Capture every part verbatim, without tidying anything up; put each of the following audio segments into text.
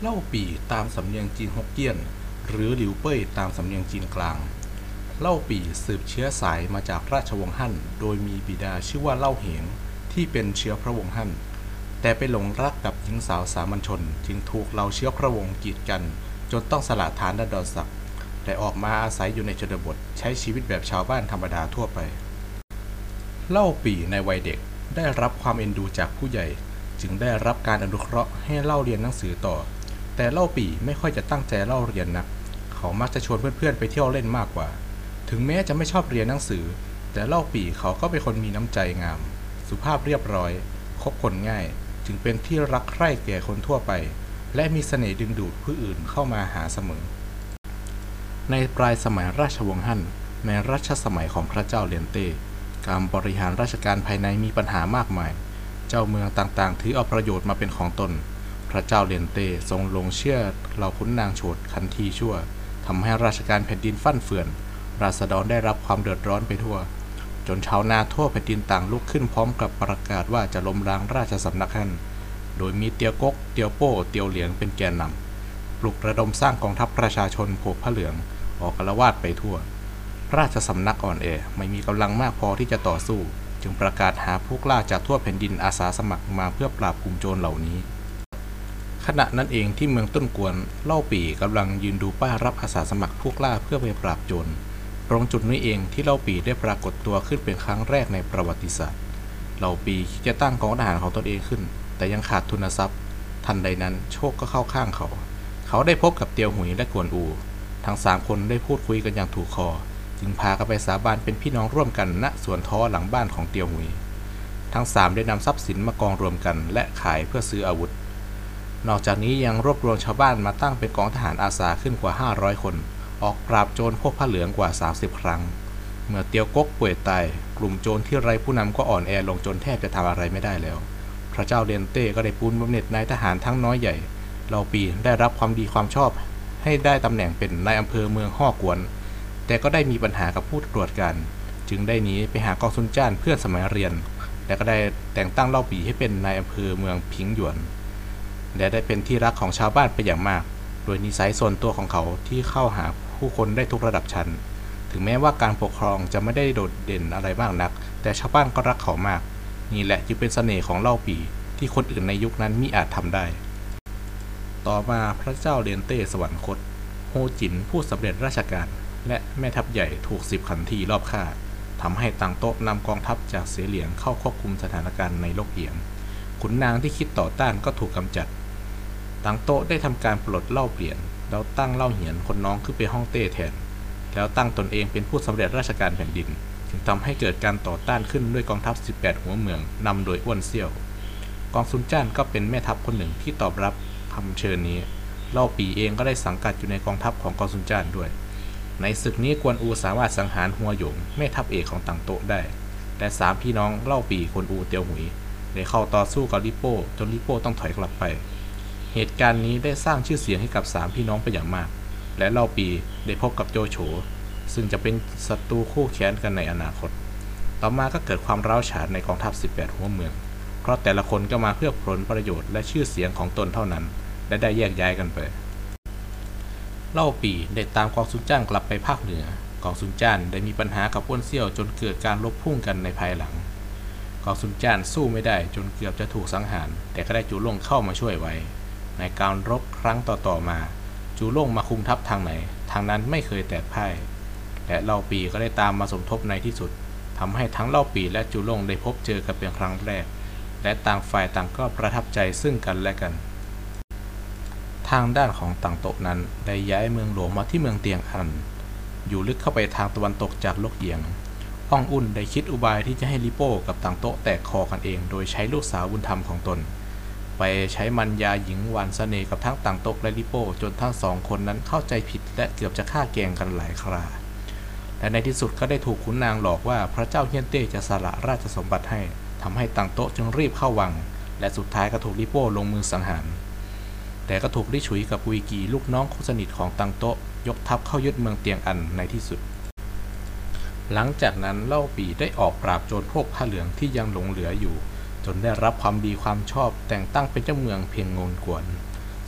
เล่าปี่ตามสำเนียงจีนฮกเกี้ยนหรือหลิวเป้ยตามสำเนียงจีนกลางเล่าปี่สืบเชื้อสายมาจากราชวงศ์ฮั่นโดยมีบิดาชื่อว่าเล่าเหงที่เป็นเชื้อพระวงศ์ฮั่นแต่ไปหลงรักกับหญิงสาวสามัญชนจึงถูกเหล่าเชื้อพระวงศ์กีดกันจนต้องสละฐานดอนศักดิ์แต่ออกมาอาศัยอยู่ในชนบทใช้ชีวิตแบบชาวบ้านธรรมดาทั่วไปเล่าปี่ในวัยเด็กได้รับความเอ็นดูจากผู้ใหญ่จึงได้รับการอนุเคราะห์ให้เล่าเรียนหนังสือต่อแต่เล่าปี่ไม่ค่อยจะตั้งใจเล่าเรียนนักเขามักจะชวนเพื่อนๆไปเที่ยวเล่นมากกว่าถึงแม้จะไม่ชอบเรียนหนังสือแต่เล่าปี่เขาก็เป็นคนมีน้ำใจงามสุภาพเรียบร้อยคบคนง่ายจึงเป็นที่รักใคร่แก่คนทั่วไปและมีเสน่ห์ดึงดูดผู้อื่นเข้ามาหาเสมอในปลายสมัยราชวงศ์ฮั่นในรัชสมัยของพระเจ้าเหลียนเต้การบริหารราชการภายในมีปัญหามากมายเจ้าเมืองต่างๆถือเอาประโยชน์มาเป็นของตนพระเจ้าเหลียนเต้ทรงลงเชื่อเหล่าขุนนางโฉดคันทีชั่วทำให้ราชการแผ่นดินฟั่นเฟือนราษฎรได้รับความเดือดร้อนไปทั่วจนชาวนาทั่วแผ่นดินต่างลุกขึ้นพร้อมกับประกาศว่าจะล้มล้างราชสำนักฮั่นโดยมีเตียวก๊กเตียวโป้เตียวเหลียงเป็นแกนนำปลุกระดมสร้างกองทัพประชาชนโผกผ้าเหลืองออกอาละวาดไปทั่วราชสำนักอ่อนแอไม่มีกำลังมากพอที่จะต่อสู้จึงประกาศหาผู้กล้าจากทั่วแผ่นดินอาสาสมัครมาเพื่อปราบกลุ่มโจรเหล่านี้ขณะนั้นเองที่เมืองต้นกวนเล่าปี่กำลังยืนดูป้ายรับอาสาสมัครผู้กล้าเพื่อไปปราบโจรตรงจุดนี้เองที่เล่าปี่ได้ปรากฏตัวขึ้นเป็นครั้งแรกในประวัติศาสตร์เล่าปี่คิดจะตั้งกองทหารของตนเองขึ้นแต่ยังขาดทุนทรัพย์ทันใดนั้นโชคก็เข้าข้างเขาเขาได้พบกับเตียวหุยและกวนอูทั้งสามคนได้พูดคุยกันอย่างถูกคอจึงพากันไปสาบานเป็นพี่น้องร่วมกันณสวนท้อหลังบ้านของเตียวหุยทั้งสามได้นำทรัพย์สินมากองรวมกันและขายเพื่อซื้ออาวุธนอกจากนี้ยังรวบรวมชาวบ้านมาตั้งเป็นกองทหารอาสาขึ้นกว่าห้าร้อยคนออกปราบโจรพวกผ้าเหลืองกว่าสามสิบครั้งเมื่อเตียวก๊กป่วยตายกลุ่มโจรที่ไร้ผู้นำก็อ่อนแอลงจนแทบจะทำอะไรไม่ได้แล้วพระเจ้าเลียนเต้ก็ได้ปูนบำเหน็จนายทหารทั้งน้อยใหญ่เล่าปี่ได้รับความดีความชอบให้ได้ตำแหน่งเป็นนายอำเภอเมืองฮ่อกวนแต่ก็ได้มีปัญหากับผู้ตรวจการจึงได้หนีไปหากองซุนจ้านเพื่อนสมัยเรียนและก็ได้แต่งตั้งเล่าปี่ให้เป็นนายอำเภอเมืองพิงหยวนและได้เป็นที่รักของชาวบ้านไปอย่างมากโดยนิสัยส่วนตัวของเขาที่เข้าหาผู้คนได้ทุกระดับชั้นถึงแม้ว่าการปกครองจะไม่ได้โดดเด่นอะไรมากนักแต่ชาวบ้านก็รักเขามากนี่แหละจึงเป็นเสน่ห์ของเล่าปี่ที่คนอื่นในยุคนั้นมิอาจทำได้ต่อมาพระเจ้าเลียนเต้สวรรคตโฮจินผู้สำเร็จราชการและแม่ทัพใหญ่ถูกสิบขันทีรอบฆ่าทำให้ตังโต๊ะนำกองทัพจากเสเหลียงเข้าควบคุมสถานการณ์ในโลกเอียงขุนนางที่คิดต่อต้านก็ถูกกำจัดตังโต๊ะได้ทำการปลดเล่าเปลี่ยนแล้วตั้งเล่าเหียนคนน้องขึ้นเป็นฮ่องเต้แทนแล้วตั้งตนเองเป็นผู้สำเร็จราชการแผ่นดินจึงทำให้เกิดการต่อต้านขึ้นด้วยกองทัพสิบแปดหัวเมืองนำโดยอ้วนเซี่ยวกองซุนจ้านก็เป็นแม่ทัพคนหนึ่งที่ตอบรับคำเชิญนี้เล่าปี่เองก็ได้สังกัดอยู่ในกองทัพของกองซุนจ้านด้วยในศึกนี้กวนอูสามารถสังหารฮัวหยงแม่ทัพเอกของตังโต๊ะได้แต่สามพี่น้องเล่าปี่กวนอูเตียวหุยได้เข้าต่อสู้กับลิโป้จนลิโป้ต้องถอยกลับไปเหตุการณ์นี้ได้สร้างชื่อเสียงให้กับสามพี่น้องเป็นอย่างมากและเล่าปี่ได้พบกับโจโฉซึ่งจะเป็นศัตรูคู่แค้นกันในอนาคตต่อมาก็เกิดความร้าวฉานในกองทัพสิบแปดหัวเมืองเพราะแต่ละคนก็มาเพื่อผลประโยชน์และชื่อเสียงของตนเท่านั้นและได้แยกย้ายกันไปเล่าปี่ได้ตามกองซุนจ้านกลับไปภาคเหนือกองซุนจ้านได้มีปัญหากับอ้วนเซี่ยวจนเกิดการลบพุ่งกันในภายหลังกองซุนจ้านสู้ไม่ได้จนเกือบจะถูกสังหารแต่ก็ได้จูล่งเข้ามาช่วยไว้ในการรบครั้งต่อๆมาจูล่งมาคุมทัพทางไหนทางนั้นไม่เคยแตกพ่ายและเล่าปี่ก็ได้ตามมาสมทบในที่สุดทำให้ทั้งเล่าปี่และจูล่งได้พบเจอกันเป็นครั้งแรกและต่างฝ่ายต่างก็ประทับใจซึ่งกันและกันทางด้านของตังโต๊ะนั้นได้ย้ายเมืองหลวงมาที่เมืองเตียงอันอยู่ลึกเข้าไปทางตะวันตกจากลกเอียงฮ่องอุ่นได้คิดอุบายที่จะให้ลิโป้กับตังโต๊ะแตกคอกันเองโดยใช้ลูกสาวบุญธรรมของตนไปใช้มันยาหญิงหวานเสน่ห์กับทั้งตังโต๊ะและลิโป้จนทั้งสองคนนั้นเข้าใจผิดและเกือบจะฆ่าแกล้งกันหลายคราและในที่สุดก็ได้ถูกขุนนางหลอกว่าพระเจ้าเฮียนเต้จะสละราชสมบัติให้ทำให้ตังโต๊ะจึงรีบเข้าวังและสุดท้ายก็ถูกลิโป้ลงมือสังหารแต่ก็ถูกลี่ฉุยกับอุยกีลูกน้องคนสนิทของตังโต๊ะยกทัพเข้ายึดเมืองเตียงอันในที่สุดหลังจากนั้นเล่าปี่ได้ออกปราบโจรพวกผ้าเหลืองที่ยังหลงเหลืออยู่จนได้รับความดีความชอบแต่งตั้งเป็นเจ้าเมืองเพียงโงนกวน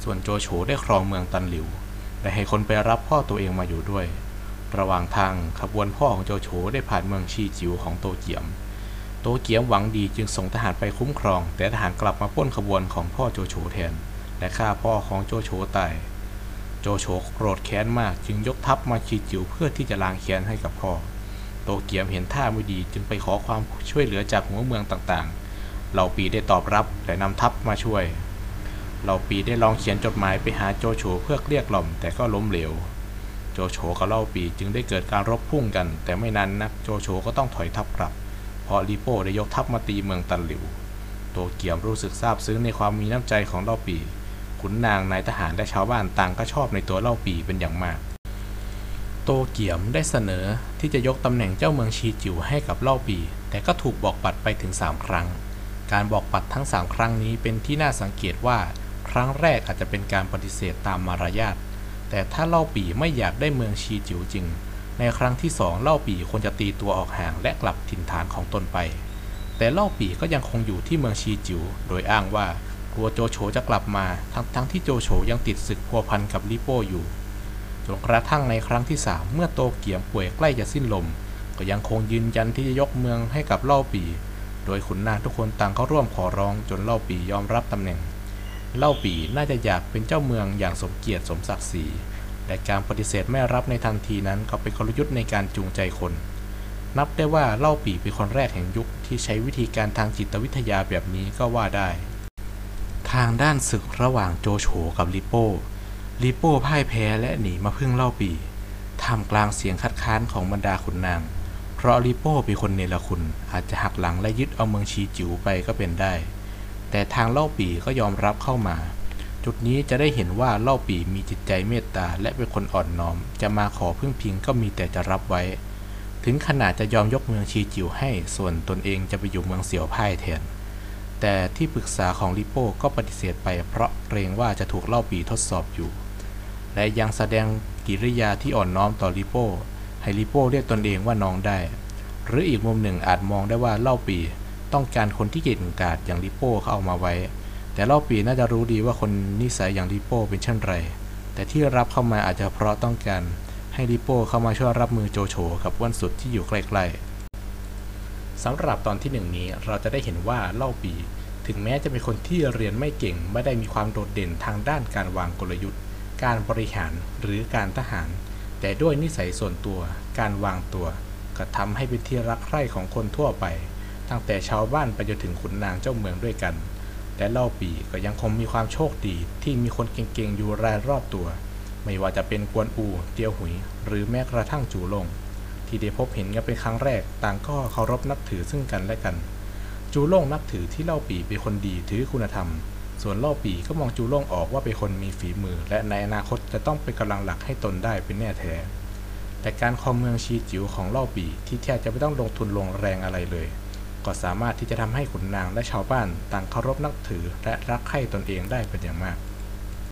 ส่วนโจโฉได้ครองเมืองตันหลิวและให้คนไปรับพ่อตัวเองมาอยู่ด้วยระหว่างทางขบวนพ่อของโจโฉได้ผ่านเมืองชีจิ๋วของโตเกียมโตเกียมหวังดีจึงส่งทหารไปคุ้มครองแต่ทหารกลับมาปล้นขบวนของพ่อโจโฉแทนและฆ่าพ่อของโจโฉตายโจโฉโกรธแค้นมากจึงยกทัพมาชีจิ๋วเพื่อที่จะล้างแค้นให้กับพ่อโตเกียมเห็นท่าไม่ดีจึงไปขอความช่วยเหลือจากหัวเมืองต่างๆเหล่าปีได้ตอบรับและนำทัพมาช่วยเหล่าปีได้ลองเขียนจดหมายไปหาโจโฉเพื่อเกลี้ยกล่อมแต่ก็ล้มเหลวโจโฉกับเหล่าปีจึงได้เกิดการรบพุ่งกันแต่ไม่นานนักโจโฉก็ต้องถอยทัพกลับเพราะลีโป้ได้ยกทัพมาตีเมืองตันหลิวโตเกียมรู้สึกซาบซึ้งในความมีน้ำใจของเหล่าปีขุนนางนายทหารและชาวบ้านต่างก็ชอบในตัวเหล่าปีเป็นอย่างมากโตเกียมได้เสนอที่จะยกตำแหน่งเจ้าเมืองชีจิ๋วให้กับเหล่าปีแต่ก็ถูกบอกปัดไปถึงสามครั้งการบอกปัดทั้งสามครั้งนี้เป็นที่น่าสังเกตว่าครั้งแรกอาจจะเป็นการปฏิเสธตามมารยาทแต่ถ้าเหล่าปีไม่อยากได้เมืองชีจิ๋วจริงในครั้งที่สองเหล่าปีควรจะตีตัวออกห่างและกลับถิ่นฐานของตนไปแต่เหล่าปีก็ยังคงอยู่ที่เมืองชีจิ๋วโดยอ้างว่ากลัวโจโฉจะกลับมาทั้งทั้งที่โจโฉยังติดศึกพัวพันกับลีโป้อยู่จนกระทั่งในครั้งที่สามเมื่อโตเกียมป่วยใกล้จะสิ้นลมก็ยังคงยืนยันที่จะยกเมืองให้กับเหล่าปีโดยขุนนางทุกคนต่างเข้าร่วมขอร้องจนเหล่าปียอมรับตำแหน่งเหล่าปีน่าจะอยากเป็นเจ้าเมืองอย่างสมเกียรติสมศักดิ์ศรีและการปฏิเสธไม่รับในทันทีนั้นก็เป็นกลยุทธ์ในการจูงใจคนนับได้ว่าเหล่าปีเป็นคนแรกแห่งยุคที่ใช้วิธีการทางจิตวิทยาแบบนี้ก็ว่าได้ทางด้านศึกระหว่างโจโฉกับลีโป้ลีโป้พ่ายแพ้และหนีมาพึ่งเหล่าปีท่ามกลางเสียงคัดค้านของบรรดาขุนนางเพราะลีโป้เป็นคนเนรคุณอาจจะหักหลังและยึดเอาเมืองชีจิ๋วไปก็เป็นได้แต่ทางเหล่าปีก็ยอมรับเข้ามาจุดนี้จะได้เห็นว่าเหล่าปีมีจิตใจเมตตาและเป็นคนอ่อนน้อมจะมาขอพึ่งพิงก็มีแต่จะรับไว้ถึงขนาดจะยอมยกเมืองชีจิ๋วให้ส่วนตนเองจะไปอยู่เมืองเสี่ยวพ่ายแทนแต่ที่ปรึกษาของลีโป้ก็ปฏิเสธไปเพราะเกรงว่าจะถูกเหล่าปีทดสอบอยู่และยังแสดงกิริยาที่อ่อนน้อมต่อลีโป้ให้ลีโป้เรียกตนเองว่าน้องได้หรืออีกมุมหนึ่งอาจมองได้ว่าเหล่าปีต้องการคนที่เก่งกาจอย่างลีโป้เขาเอามาไว้แต่เหล่าปีน่าจะรู้ดีว่าคนนิสัยอย่างลีโป้เป็นเช่นไรแต่ที่รับเข้ามาอาจจะเพราะต้องการให้ลีโป้เข้ามาช่วยรับมือโจโฉกับอ้วนสุดที่อยู่ใกล้ๆสำหรับตอนที่หนึ่งนี้เราจะได้เห็นว่าเหล่าปีถึงแม้จะเป็นคนที่เรียนไม่เก่งไม่ได้มีความโดดเด่นทางด้านการวางกลยุทธ์การบริหารหรือการทหารแต่ด้วยนิสัยส่วนตัวการวางตัวก็ทำให้เป็นที่รักใคร่ของคนทั่วไปตั้งแต่ชาวบ้านไปจนถึงขุนนางเจ้าเมืองด้วยกันและเหล่าปีก็ยังคงมีความโชคดีที่มีคนเก่งๆอยู่รายรอบตัวไม่ว่าจะเป็นกวนอูเตียวหุยหรือแม้กระทั่งจูหลงที่ได้พบเห็นกันเป็นครั้งแรกต่างก็เคารพนับถือซึ่งกันและกันจูหลงนับถือที่เหล่าปีเป็นคนดีถือคุณธรรมส่วนเหล่าปีก็มองจูหลงออกว่าเป็นคนมีฝีมือและในอนาคตจะต้องเป็นกำลังหลักให้ตนได้เป็นแน่แท้แต่การครองเมืองชีจิ๋วของเหล่าปีที่แทบจะไม่ต้องลงทุนลงแรงอะไรเลยก็สามารถที่จะทำให้ขุนนางและชาวบ้านต่างเคารพนับถือและรักใคร่ตนเองได้เป็นอย่างมาก